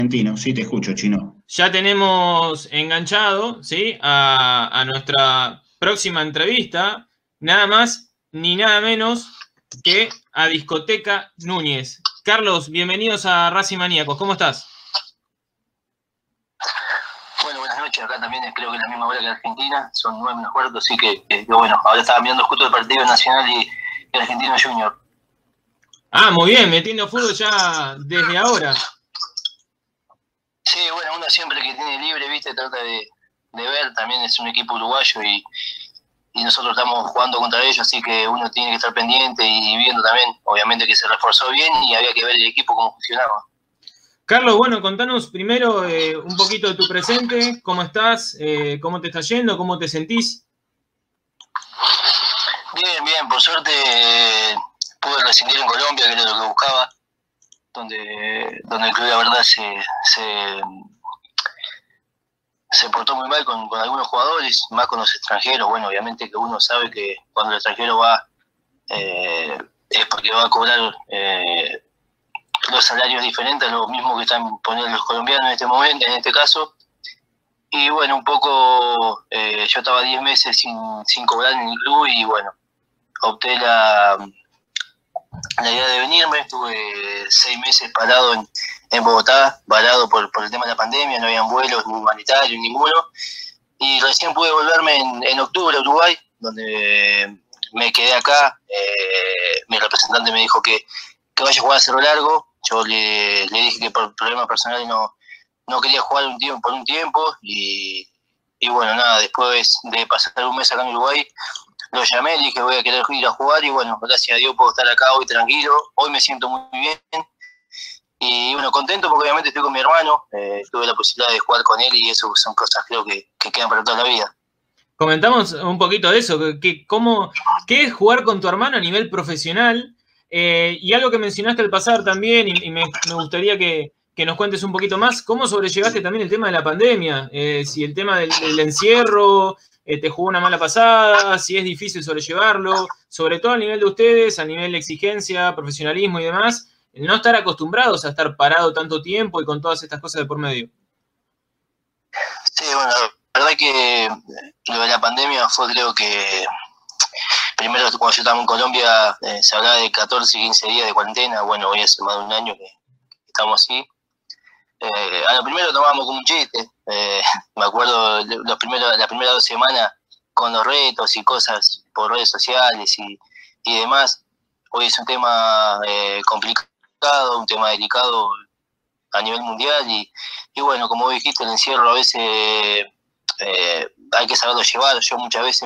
Argentino. Sí, te escucho, Chino. Ya tenemos enganchado, ¿sí? A nuestra próxima entrevista, nada más ni nada menos que a Discoteca Núñez. Carlos, bienvenidos a Racing Maníacos, ¿cómo estás? Bueno, buenas noches, acá también creo que es la misma hora que Argentina, son 9 menos cuarto, así que bueno, ahora estaba mirando justo el partido Nacional y Argentino Junior. Ah, muy bien, metiendo fútbol ya desde ahora. Sí, bueno, uno siempre que tiene libre, viste, trata de ver, también es un equipo uruguayo y nosotros estamos jugando contra ellos, así que uno tiene que estar pendiente y viendo también, obviamente que se reforzó bien y había que ver el equipo cómo funcionaba. Carlos, bueno, contanos primero un poquito de tu presente, cómo estás, cómo te está yendo, cómo te sentís. Bien, por suerte pude rescindir en Colombia, que era lo que buscaba, donde el club la verdad se portó muy mal con algunos jugadores, más con los extranjeros. Bueno, obviamente que uno sabe que cuando el extranjero va es porque va a cobrar los salarios diferentes a los mismos que están poniendo los colombianos en este momento, en este caso. Y bueno, un poco, yo estaba 10 meses sin cobrar en el club y bueno, opté la idea de venirme. Estuve 6 meses parado en Bogotá, varado por el tema de la pandemia, no habían vuelos ni humanitarios, ninguno. Y recién pude volverme en octubre a Uruguay, donde me quedé acá. Mi representante me dijo que vaya a jugar a Cerro Largo. Yo le dije que por problemas personales no quería jugar por un tiempo. Y bueno, nada, después de pasar un mes acá en Uruguay, lo llamé, le dije voy a querer ir a jugar y bueno, gracias a Dios puedo estar acá hoy tranquilo. Hoy me siento muy bien. Y bueno, contento porque obviamente estoy con mi hermano, tuve la posibilidad de jugar con él y eso son cosas creo que quedan para toda la vida. Comentamos un poquito de eso, ¿qué es jugar con tu hermano a nivel profesional? Y algo que mencionaste al pasar también, y me gustaría que nos cuentes un poquito más, ¿cómo sobrellevaste también el tema de la pandemia? Si el tema del encierro te jugó una mala pasada, si es difícil sobrellevarlo, sobre todo a nivel de ustedes, a nivel de exigencia, profesionalismo y demás, no estar acostumbrados a estar parado tanto tiempo y con todas estas cosas de por medio. Sí, bueno, la verdad que lo de la pandemia fue creo que primero cuando yo estaba en Colombia se hablaba de 14 y 15 días de cuarentena. Bueno, hoy hace más de un año que estamos así. A lo primero tomábamos como un chiste. Me acuerdo las primeras 2 semanas con los retos y cosas por redes sociales y demás. Hoy es un tema complicado, un tema delicado a nivel mundial y bueno, como dijiste, el encierro a veces hay que saberlo llevar. Yo muchas veces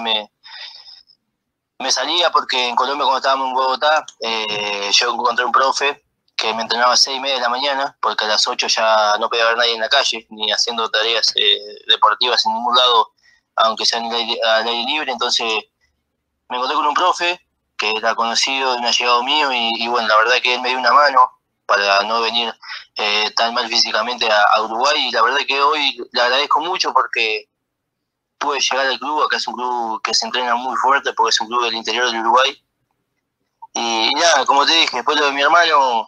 me salía porque en Colombia cuando estábamos en Bogotá yo encontré un profe que me entrenaba a 6:30 de la mañana porque a las 8 ya no podía haber nadie en la calle ni haciendo tareas deportivas en ningún lado, aunque sea al aire libre. Entonces me encontré con un profe que era conocido de un allegado mío y bueno, la verdad que él me dio una mano para no venir tan mal físicamente a Uruguay y la verdad que hoy le agradezco mucho porque pude llegar al club. Acá es un club que se entrena muy fuerte porque es un club del interior del Uruguay y nada, como te dije, después lo de mi hermano,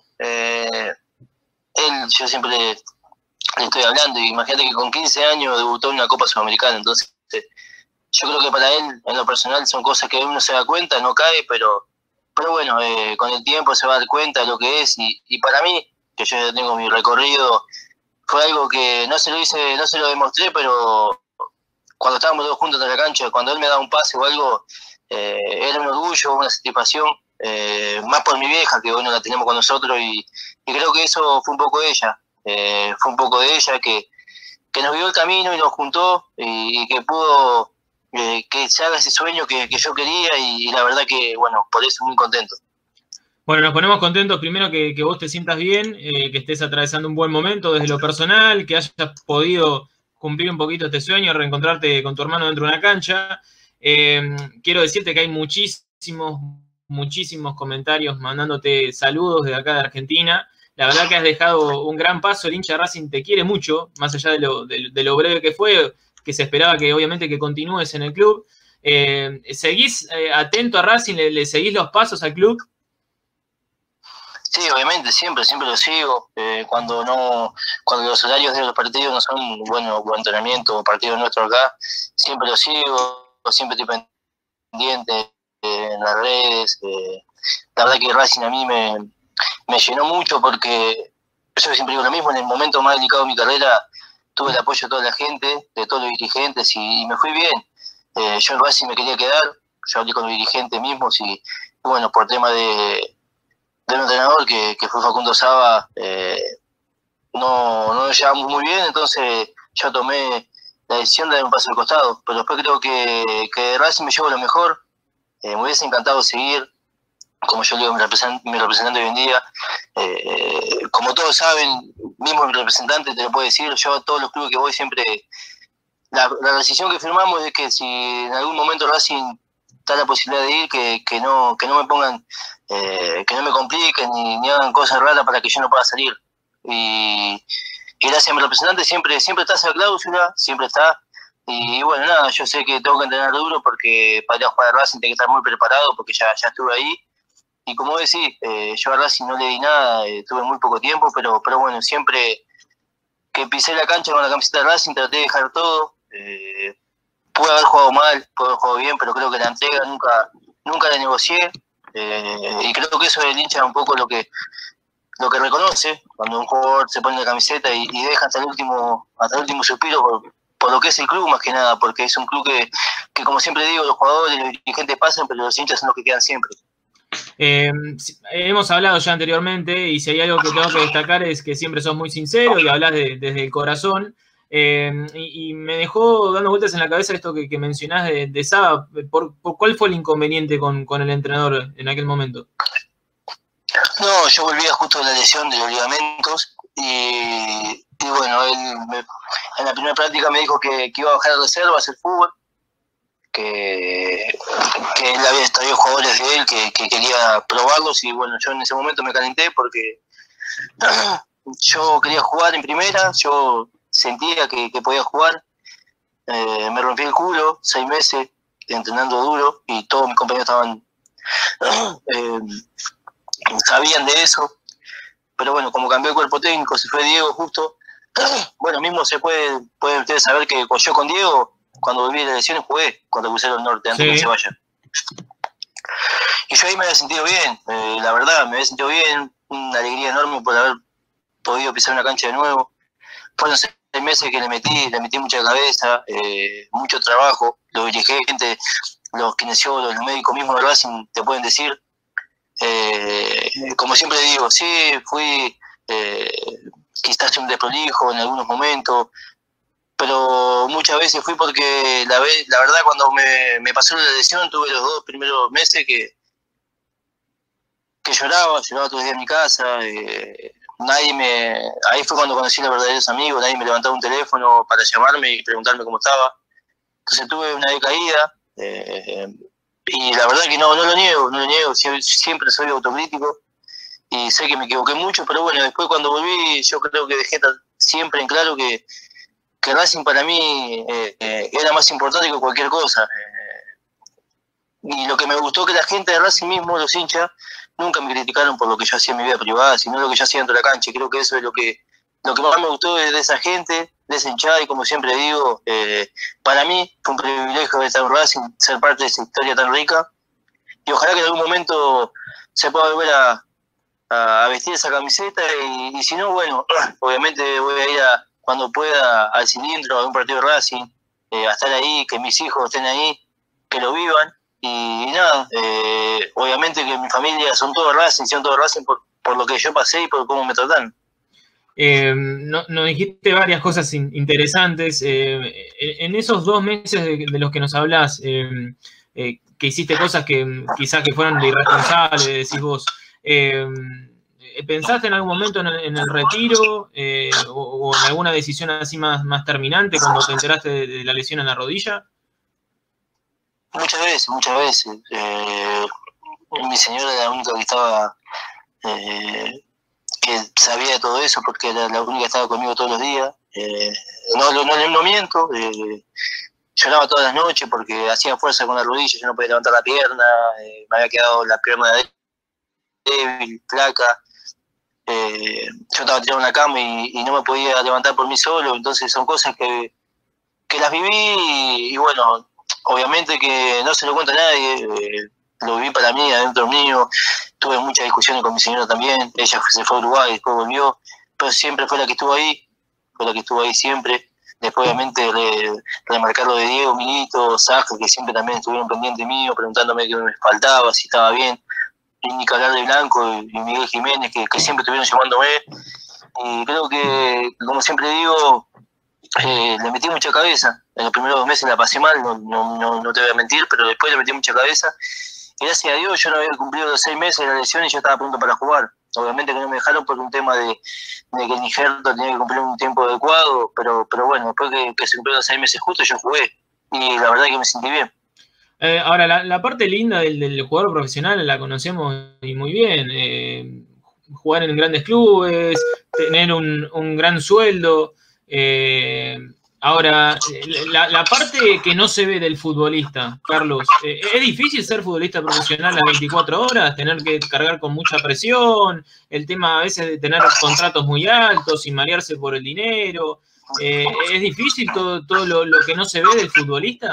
él, yo siempre le estoy hablando y imagínate que con 15 años debutó en una Copa Sudamericana. Entonces yo creo que para él en lo personal son cosas que uno se da cuenta, no cae, pero bueno, con el tiempo se va a dar cuenta de lo que es y para mí, que yo ya tengo mi recorrido, fue algo que no se lo demostré, pero cuando estábamos todos juntos en la cancha, cuando él me daba un pase o algo, era un orgullo, una satisfacción, más por mi vieja, que bueno, la tenemos con nosotros y creo que eso fue un poco de ella, que nos vio el camino y nos juntó y que pudo que se haga ese sueño que yo quería y la verdad que, bueno, por eso muy contento. Bueno, nos ponemos contentos primero que vos te sientas bien, que estés atravesando un buen momento desde lo personal, que hayas podido cumplir un poquito este sueño, reencontrarte con tu hermano dentro de una cancha. Quiero decirte que hay muchísimos comentarios mandándote saludos de acá de Argentina. La verdad que has dejado un gran paso, el hincha de Racing te quiere mucho, más allá de lo breve que fue, que se esperaba que obviamente que continúes en el club. ¿Seguís atento a Racing? ¿Le seguís los pasos al club? Sí, obviamente, siempre lo sigo. Cuando los horarios de los partidos no son buen entrenamiento o partidos nuestros acá, siempre lo sigo, siempre estoy pendiente en las redes. La verdad que Racing a mí me llenó mucho porque yo siempre digo lo mismo, en el momento más delicado de mi carrera tuve el apoyo de toda la gente, de todos los dirigentes y me fui bien. Yo en Racing me quería quedar, yo hablé con los dirigentes mismos y bueno, por tema de un entrenador que fue Facundo Saba, no nos llevamos muy bien, entonces yo tomé la decisión de dar un paso al costado, pero después creo que de Racing me llevo lo mejor, me hubiese encantado seguir, como yo digo, mi representante hoy en día, como todos saben, mismo mi representante te lo puedo decir, yo a todos los clubes que voy siempre, la decisión que firmamos es que si en algún momento Racing está la posibilidad de ir, que no me pongan, que no me compliquen ni hagan cosas raras para que yo no pueda salir. Y gracias a mi representante siempre está esa cláusula, siempre está. Y bueno, nada, yo sé que tengo que entrenar duro porque para ir a jugar a Racing tengo que estar muy preparado porque ya estuve ahí. Y como decís, yo a Racing no le di nada, tuve muy poco tiempo, pero bueno, siempre que pisé la cancha con la camiseta de Racing traté de dejar todo. Pude haber jugado mal, pude haber jugado bien, pero creo que la entrega nunca la negocié. Y creo que eso del hincha es un poco lo que reconoce cuando un jugador se pone la camiseta y deja hasta el último suspiro por lo que es el club más que nada, porque es un club que como siempre digo, los jugadores y los dirigentes pasan, pero los hinchas son los que quedan siempre. Hemos hablado ya anteriormente y si hay algo que tengo que destacar es que siempre sos muy sincero y hablas desde el corazón. Y me dejó dando vueltas en la cabeza esto que mencionás de Saba. ¿Cuál fue el inconveniente con el entrenador en aquel momento? No, yo volvía justo de la lesión de los ligamentos y bueno, él en la primera práctica me dijo que iba a bajar a reserva a hacer fútbol, que él había traído jugadores de él que quería probarlos y bueno, yo en ese momento me calenté porque yo quería jugar en primera, yo sentía que podía jugar, me rompí el culo 6 meses entrenando duro y todos mis compañeros estaban sabían de eso, pero bueno, como cambió el cuerpo técnico, se fue Diego justo, bueno, mismo pueden ustedes saber que yo con Diego, cuando volví de las lesiones, jugué contra Crucero del Norte antes de que se vaya. Y yo ahí me había sentido bien, la verdad, me había sentido bien, una alegría enorme por haber podido pisar una cancha de nuevo. Fueron 6 meses que le metí mucha cabeza, mucho trabajo, los dirigentes, los kinesiólogos, los médicos mismos de Racing te pueden decir. Como siempre digo, sí, fui quizás un desprolijo en algunos momentos, pero muchas veces fui porque la verdad cuando me pasó la lesión tuve los 2 primeros meses que lloraba todos los días en mi casa, ahí fue cuando conocí a los verdaderos amigos, nadie me levantaba un teléfono para llamarme y preguntarme cómo estaba, entonces tuve una decaída, y la verdad que no lo niego, siempre soy autocrítico y sé que me equivoqué mucho, pero bueno, después cuando volví yo creo que dejé siempre en claro que Racing para mí era más importante que cualquier cosa. Y lo que me gustó que la gente de Racing mismo, los hinchas, nunca me criticaron por lo que yo hacía en mi vida privada, sino lo que yo hacía dentro de la cancha. Y creo que eso es lo que más me gustó de esa gente, de esa hinchada, y como siempre digo, para mí fue un privilegio estar en Racing, ser parte de esa historia tan rica, y ojalá que en algún momento se pueda volver a vestir esa camiseta, y si no, bueno, obviamente voy a ir cuando pueda al cilindro, a un partido de Racing, a estar ahí, que mis hijos estén ahí, que lo vivan, y nada, obviamente que mi familia son todos Racing por lo que yo pasé y por cómo me tratan. Nos dijiste varias cosas interesantes. En esos 2 meses de los que nos hablas, que hiciste cosas que quizás que fueron de irresponsables, decís vos, ¿pensaste en algún momento en el retiro o en alguna decisión así más terminante cuando te enteraste de la lesión en la rodilla? Muchas veces. Mi señora era la única que estaba... que sabía de todo eso porque era la única que estaba conmigo todos los días. No miento, lloraba todas las noches porque hacía fuerza con la rodilla, yo no podía levantar la pierna, me había quedado la pierna débil, flaca, yo estaba tirado en la cama y no me podía levantar por mí solo, entonces son cosas que las viví y bueno, obviamente que no se lo cuenta a nadie, lo viví para mí, adentro mío, tuve muchas discusiones con mi señora también, ella se fue a Uruguay, después volvió, pero siempre fue la que estuvo ahí siempre. Después obviamente remarcar lo de Diego, Milito, Saja, que siempre también estuvieron pendientes mío, preguntándome qué me faltaba, si estaba bien, y ni que hablar de Blanco y Miguel Jiménez, que siempre estuvieron llamándome, y creo que, como siempre digo, le metí mucha cabeza. En los primeros 2 meses la pasé mal, no te voy a mentir, pero después le metí mucha cabeza. Y gracias a Dios yo no había cumplido los 6 meses de la lesión y yo estaba pronto para jugar. Obviamente que no me dejaron por un tema de que el Nigerto tenía que cumplir un tiempo adecuado, pero bueno, después que se cumplieron los 6 meses justos yo jugué. Y la verdad que me sentí bien. Ahora, la parte linda del jugador profesional la conocemos y muy bien. Jugar en grandes clubes, tener un gran sueldo. Ahora, la parte que no se ve del futbolista, Carlos, ¿es difícil ser futbolista profesional las 24 horas? Tener que cargar con mucha presión, el tema a veces de tener contratos muy altos y marearse por el dinero. ¿Es difícil todo lo que no se ve del futbolista?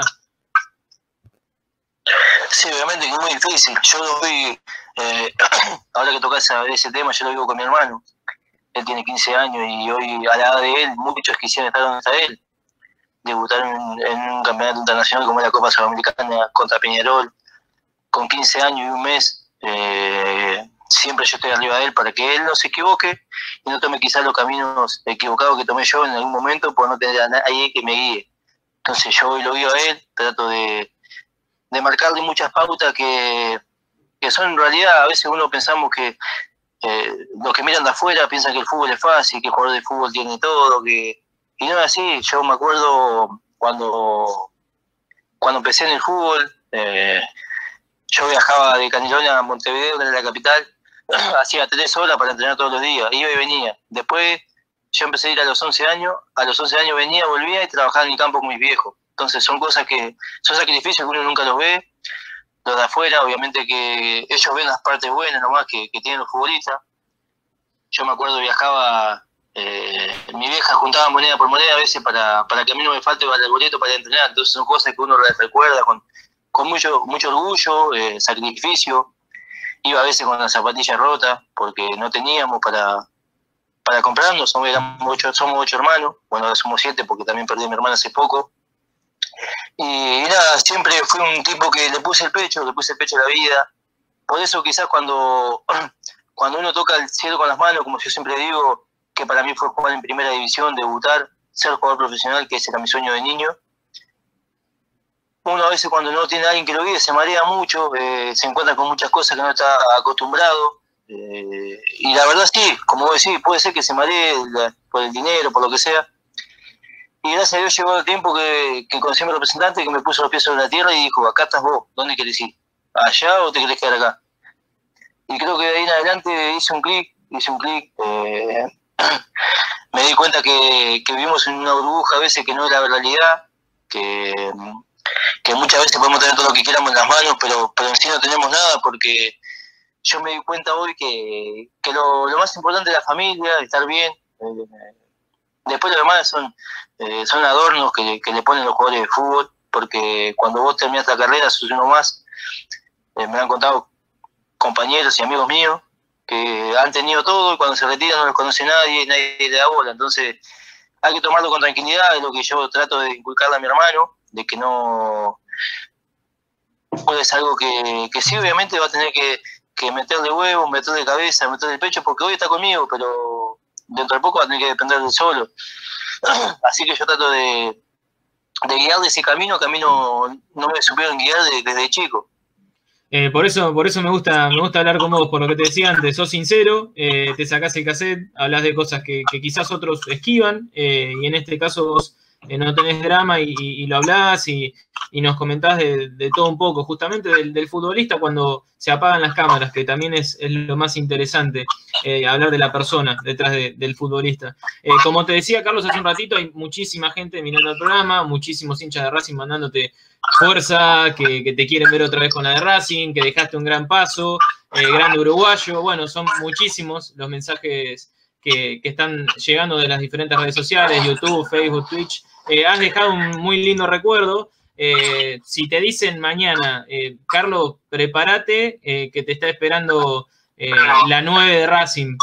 Sí, obviamente que es muy difícil. Yo lo vi, ahora que tocas ese tema, yo lo vivo con mi hermano. Él tiene 15 años y hoy a la edad de él, muchos quisieran estar donde está él. Debutar en un campeonato internacional como es la Copa Sudamericana contra Peñarol, con 15 años y un mes. Siempre yo estoy arriba de él para que él no se equivoque y no tome quizás los caminos equivocados que tomé yo en algún momento por no tener a nadie que me guíe. Entonces yo hoy lo guío a él, trato de marcarle muchas pautas que son en realidad, a veces uno pensamos que los que miran de afuera piensan que el fútbol es fácil, que el jugador de fútbol tiene todo, y no es así. Yo me acuerdo cuando empecé en el fútbol, yo viajaba de Canelones a Montevideo, que era la capital, hacía 3 horas para entrenar todos los días, iba y venía. Después yo empecé a ir a los 11 años venía, volvía y trabajaba en el campo con mis viejos. Entonces son cosas son sacrificios que uno nunca los ve. Los de afuera, obviamente que ellos ven las partes buenas nomás que tienen los futbolistas. Yo me acuerdo viajaba, mi vieja juntaba moneda por moneda a veces para que a mí no me falte para el boleto para entrenar. Entonces son cosas que uno las recuerda con mucho orgullo, sacrificio. Iba a veces con las zapatillas rotas porque no teníamos para comprarnos. Somos 8 hermanos, bueno ahora somos 7 porque también perdí a mi hermana hace poco. Y nada, siempre fui un tipo que le puse el pecho a la vida. Por eso quizás cuando uno toca el cielo con las manos, como yo siempre digo, que para mí fue jugar en primera división, debutar, ser jugador profesional, que ese era mi sueño de niño. Uno a veces cuando no tiene a alguien que lo guíe se marea mucho, se encuentra con muchas cosas que no está acostumbrado. Y la verdad sí, como vos decís, puede ser que se maree por el dinero, por lo que sea. Y gracias a Dios llegó el tiempo que conocí a mi representante, que me puso los pies sobre la tierra y dijo, acá estás vos, ¿dónde querés ir? ¿Allá o te querés quedar acá? Y creo que de ahí en adelante hice un clic, me di cuenta que vivimos en una burbuja a veces que no es la realidad, que muchas veces podemos tener todo lo que queramos en las manos, pero en sí no tenemos nada, porque yo me di cuenta hoy que lo más importante es la familia, estar bien. Después lo demás son adornos que le ponen los jugadores de fútbol, porque cuando vos terminás la carrera sos uno más. Me han contado compañeros y amigos míos que han tenido todo y cuando se retiran no los conoce nadie le da bola. Entonces hay que tomarlo con tranquilidad, es lo que yo trato de inculcarle a mi hermano, de que no es algo que sí obviamente va a tener que meterle huevos, meterle cabeza, meterle pecho, porque hoy está conmigo, pero dentro de poco va a tener que depender de él solo. Así que yo trato de guiarle ese camino que a mí no me supieron guiar desde chico. Por eso me gusta hablar con vos, por lo que te decía antes, sos sincero, te sacás el cassette, hablas de cosas que quizás otros esquivan, y en este caso vos no tenés drama y lo hablás y y nos comentás de todo un poco, justamente del futbolista cuando se apagan las cámaras, que también es lo más interesante, hablar de la persona detrás del futbolista. Como te decía, Carlos, hace un ratito, hay muchísima gente mirando el programa, muchísimos hinchas de Racing mandándote fuerza, que te quieren ver otra vez con la de Racing, que dejaste un gran paso, grande uruguayo. Bueno, son muchísimos los mensajes que están llegando de las diferentes redes sociales, YouTube, Facebook, Twitch. Has dejado un muy lindo recuerdo. Si te dicen mañana, Carlos, prepárate, que te está esperando la 9 de Racing.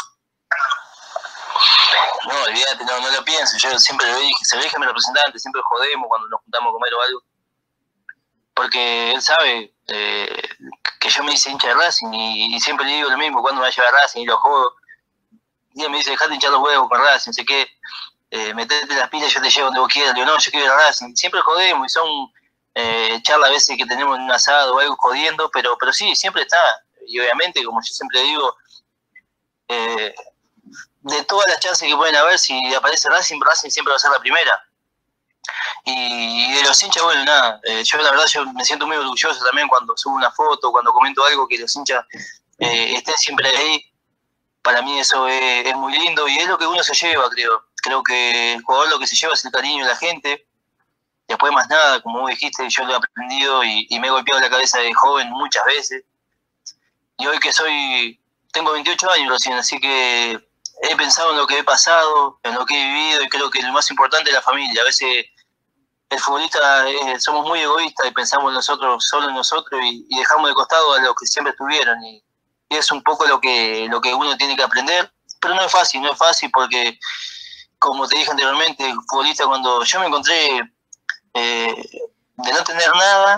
No, olvídate, no lo pienso. Yo siempre lo dije, se lo dije a mi representante, siempre jodemos cuando nos juntamos a comer o algo. Porque él sabe que yo me hice hincha de Racing y siempre le digo lo mismo, cuando me va a llevar Racing y lo jodo. Y él me dice, dejate hinchar los huevos con Racing, no sé qué, metete las pilas, yo te llevo donde vos quieras. Le digo, no, yo quiero ir a Racing. Siempre jodemos y son charlas a veces que tenemos en un asado o algo jodiendo, pero sí, siempre está. Y obviamente, como yo siempre digo, de todas las chances que pueden haber, si aparece Racing siempre va a ser la primera. Y de los hinchas, bueno, nada, yo la verdad yo me siento muy orgulloso también cuando subo una foto, cuando comento algo, que los hinchas estén siempre ahí. Para mí eso es muy lindo y es lo que uno se lleva, creo. Creo que el jugador lo que se lleva es el cariño de la gente. Después más nada, como vos dijiste, yo lo he aprendido y me he golpeado la cabeza de joven muchas veces. Y hoy que tengo 28 años recién, así que he pensado en lo que he pasado, en lo que he vivido y creo que lo más importante es la familia. A veces el futbolista somos muy egoístas y pensamos en nosotros, solo en nosotros y dejamos de costado a los que siempre estuvieron. Y es un poco lo que uno tiene que aprender, pero no es fácil porque, como te dije anteriormente, el futbolista, cuando yo me encontré de no tener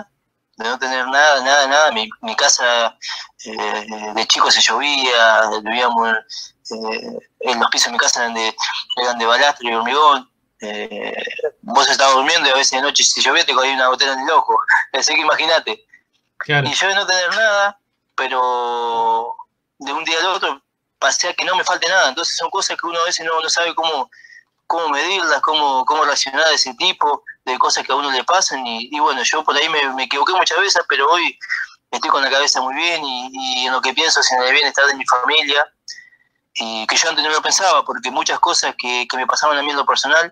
nada, mi casa de chico se llovía, vivíamos en los pisos de mi casa eran de balastro y hormigón. Vos estabas durmiendo y a veces de noche si llovía te caía una gotera en el ojo, así que imagínate. Claro. Y yo de no tener nada, pero de un día al otro pasé a que no me falte nada. Entonces son cosas que uno a veces no sabe cómo medirlas, cómo reaccionar a ese tipo de cosas que a uno le pasan. Y bueno, yo por ahí me equivoqué muchas veces, pero hoy estoy con la cabeza muy bien y en lo que pienso es en el bienestar de mi familia, y que yo antes no lo pensaba, porque muchas cosas que me pasaban a mí en lo personal,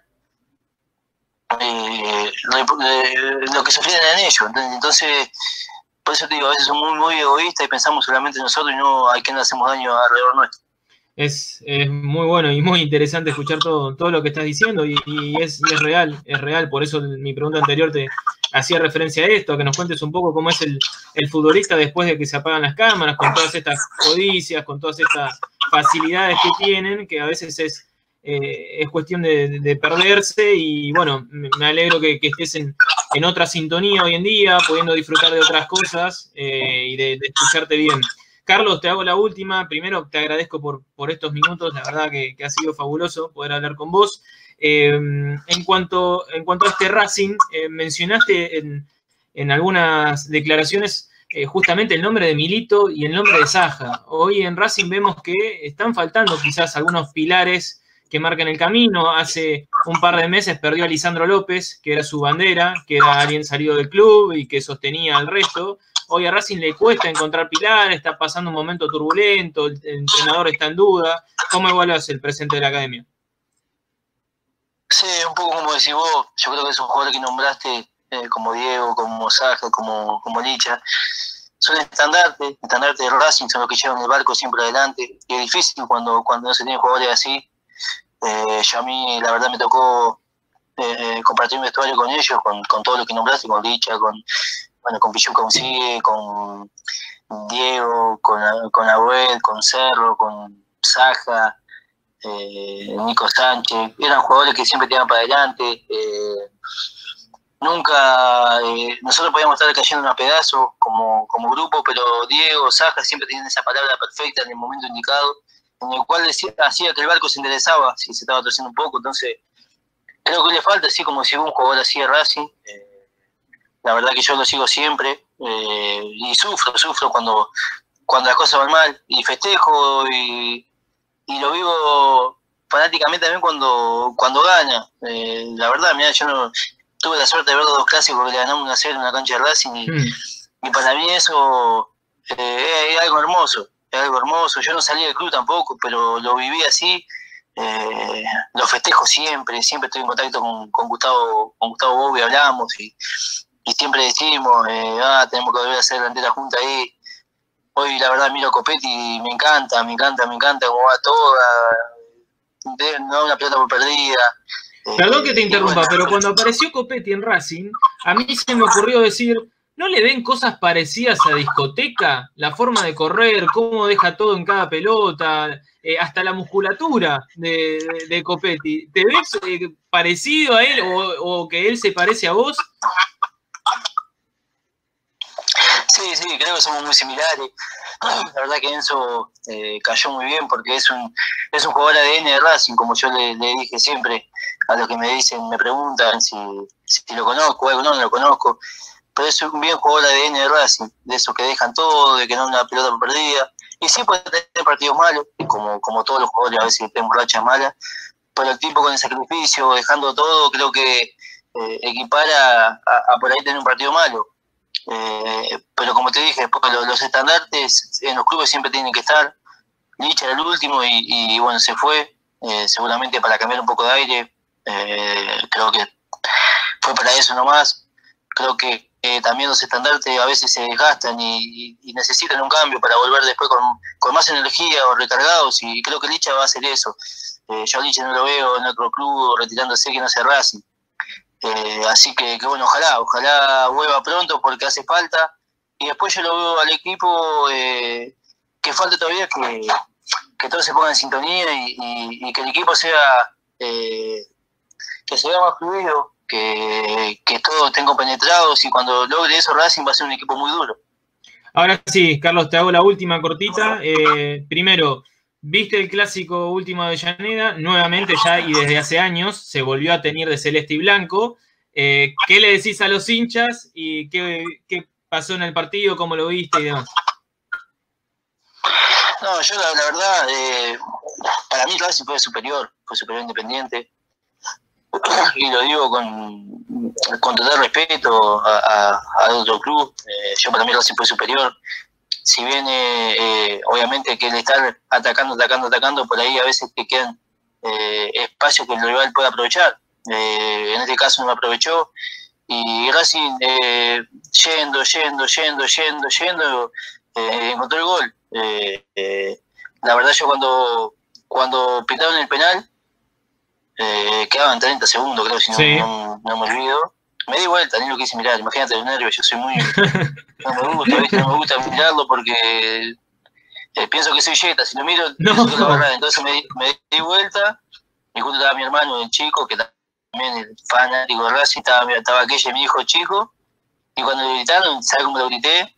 lo que sufrían en ellos. Entonces, por eso te digo, a veces somos muy egoístas y pensamos solamente en nosotros y no hay que no hacemos daño alrededor nuestro. Es muy bueno y muy interesante escuchar todo lo que estás diciendo y es real, por eso mi pregunta anterior te hacía referencia a esto, a que nos cuentes un poco cómo es el futbolista después de que se apagan las cámaras, con todas estas codicias, con todas estas facilidades que tienen, que a veces es cuestión de perderse. Y bueno, me alegro que estés en otra sintonía hoy en día, pudiendo disfrutar de otras cosas y de escucharte bien. Carlos, te hago la última. Primero, te agradezco por estos minutos. La verdad que ha sido fabuloso poder hablar con vos. En cuanto a este Racing, mencionaste en algunas declaraciones justamente el nombre de Milito y el nombre de Saja. Hoy en Racing vemos que están faltando quizás algunos pilares que marcan el camino. Hace un par de meses perdió a Lisandro López, que era su bandera, que era alguien salido del club y que sostenía al resto. Hoy a Racing le cuesta encontrar pilares, está pasando un momento turbulento, el entrenador está en duda. ¿Cómo evaluas el presente de la academia? Sí, un poco como decís vos, yo creo que esos jugadores que nombraste, como Diego, como Saja, como Licha, son estandartes de Racing, son los que llevan el barco siempre adelante. Y es difícil cuando no se tienen jugadores así. Yo a mí, la verdad, me tocó compartir un vestuario con ellos, con todo lo que nombraste, con Licha, con Pichu Consigue, con Diego, con Abuel, con Cerro, con Saja, Nico Sánchez. Eran jugadores que siempre tiraban para adelante. Nunca nosotros podíamos estar cayendo a pedazos como grupo, pero Diego, Saja siempre tenían esa palabra perfecta en el momento indicado, en el cual hacía que el barco se enderezaba si se estaba torciendo un poco. Entonces creo que le falta, así como si hubo un jugador así de Racing. La verdad que yo lo sigo siempre y sufro cuando las cosas van mal, y festejo y lo vivo fanáticamente también cuando gana. La verdad, mirá, yo tuve la suerte de ver los 2 clásicos que le ganamos 1-0 en una cancha de Racing y para mí eso es algo hermoso, es algo hermoso. Yo no salí del club tampoco, pero lo viví así. Lo festejo siempre estoy en contacto con Gustavo Bobbi, hablamos y siempre decimos, tenemos que volver a hacer delantera junta ahí. Hoy la verdad miro a Copetti y me encanta cómo va todo, no da una pelota por perdida. Perdón que te interrumpa, pero cuando apareció Copetti en Racing, a mí se me ocurrió decir, ¿no le ven cosas parecidas a Discoteca? La forma de correr, cómo deja todo en cada pelota, hasta la musculatura de Copetti. ¿Te ves parecido a él o que él se parece a vos? Sí, creo que somos muy similares. La verdad que Enzo cayó muy bien porque es un jugador ADN de Racing, como yo le dije siempre a los que me dicen, me preguntan si lo conozco, algo no lo conozco, pero es un bien jugador ADN de Racing, de esos que dejan todo, de que no una pelota por perdida, y sí puede tener partidos malos, como todos los jugadores a veces tenemos rachas malas, pero el tipo con el sacrificio, dejando todo, creo que equipara a por ahí tener un partido malo. Pero como te dije, los estandartes en los clubes siempre tienen que estar. Licha era el último y bueno, se fue, seguramente para cambiar un poco de aire. Creo que fue para eso nomás. Creo que también los estandartes a veces se desgastan y necesitan un cambio para volver después con más energía o recargados, y creo que Licha va a hacer eso. Yo a Licha no lo veo en otro club retirándose que no sea Racing. Así que bueno, ojalá vuelva pronto porque hace falta. Y después yo lo veo al equipo que falta todavía que todos se pongan en sintonía y que el equipo sea que se vea más fluido, que todos estén compenetrados, y cuando logre eso Racing va a ser un equipo muy duro. Ahora sí, Carlos, te hago la última cortita. Primero, ¿viste el clásico último de Avellaneda? Nuevamente ya y desde hace años se volvió a teñir de celeste y blanco. ¿Qué le decís a los hinchas y qué pasó en el partido, cómo lo viste y demás? No, yo la verdad, para mí Racing fue superior Independiente. Y lo digo con total respeto a otro club. Yo para mí Racing fue superior. Si bien obviamente que el estar atacando, por ahí a veces te quedan espacios que el rival puede aprovechar. En este caso no lo aprovechó. Y Racing yendo, encontró el gol. La verdad yo cuando pitaron el penal, quedaban 30 segundos, creo, si no me olvido. Me di vuelta, ni lo quise mirar, imagínate los nervios, yo soy muy... No me gusta, ¿viste? No me gusta mirarlo porque pienso que soy yeta, si lo miro, pienso que es la verdad. Entonces me di vuelta, y justo estaba mi hermano, el chico, que también es fanático de Racing, estaba aquella y mi hijo chico, y cuando le gritaron, ¿sabes cómo lo grité?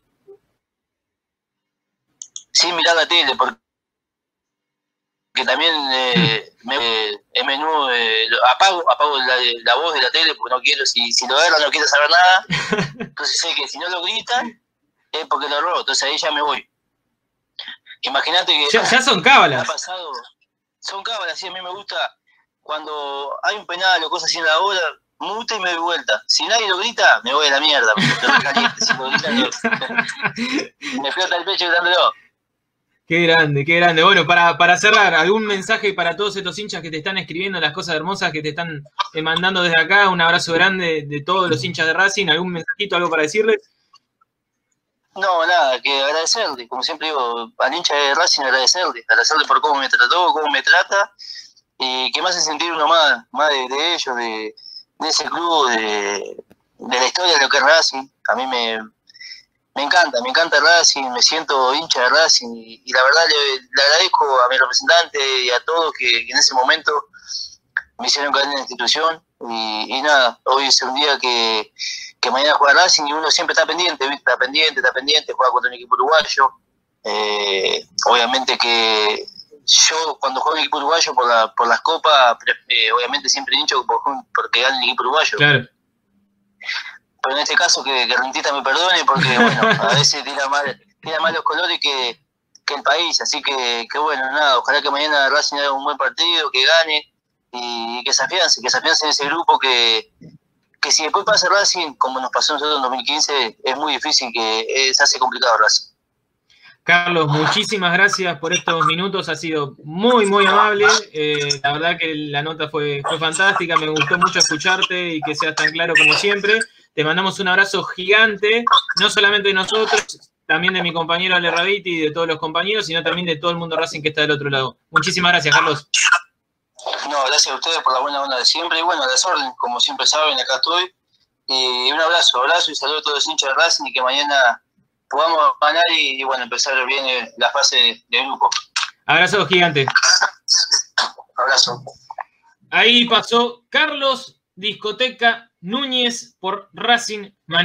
Sin mirar la tele, porque también es menú, apago la voz de la tele porque no quiero, si lo agarran no quiero saber nada. Entonces sé que si no lo gritan es porque lo robo, entonces ahí ya me voy. Imagínate que ya son cábalas. Ha pasado, son cábalas, sí, a mí me gusta cuando hay un penal o cosas así en la hora, muta y me doy vuelta. Si nadie lo grita, me voy a la mierda, caliente. Si lo gritan, me flota el pecho gritándolo. Qué grande. Bueno, para cerrar, ¿algún mensaje para todos estos hinchas que te están escribiendo las cosas hermosas que te están mandando desde acá? Un abrazo grande de todos los hinchas de Racing. ¿Algún mensajito, algo para decirles? No, nada, que agradecerle. Como siempre digo, al hincha de Racing agradecerle por cómo me trató, cómo me trata, y que me hace sentir uno más de ellos, de ese club, de la historia de lo que es Racing. A mí me encanta Racing, me siento hincha de Racing y la verdad le agradezco a mi representante y a todos que en ese momento me hicieron caer en la institución y nada, hoy es un día que mañana juega Racing y uno siempre está pendiente, ¿viste? Está pendiente, juega contra un equipo uruguayo. Obviamente que yo cuando juego en equipo uruguayo por las copas, obviamente siempre hincho porque gana el equipo uruguayo. Claro. Pero en este caso que Rentista me perdone porque bueno, a veces tira más los colores que el país, así que bueno, nada, ojalá que mañana Racing haga un buen partido, que gane y que se afiance en ese grupo que que si después pasa Racing, como nos pasó a nosotros en 2015, es muy difícil, que se hace complicado Racing. Carlos, muchísimas gracias por estos minutos, ha sido muy, muy amable. La verdad que la nota fue fantástica, me gustó mucho escucharte y que seas tan claro como siempre. Te mandamos un abrazo gigante, no solamente de nosotros, también de mi compañero Ale Raviti y de todos los compañeros, sino también de todo el mundo Racing que está del otro lado. Muchísimas gracias, Carlos. No, gracias a ustedes por la buena onda de siempre. Y bueno, a las órdenes, como siempre saben, acá estoy. Y un abrazo y saludo a todos los hinchas de Racing y que mañana podamos ganar y bueno, empezar bien la fase de grupo. Abrazo gigante. Abrazo. Ahí pasó Carlos Discoteca Núñez por Racing.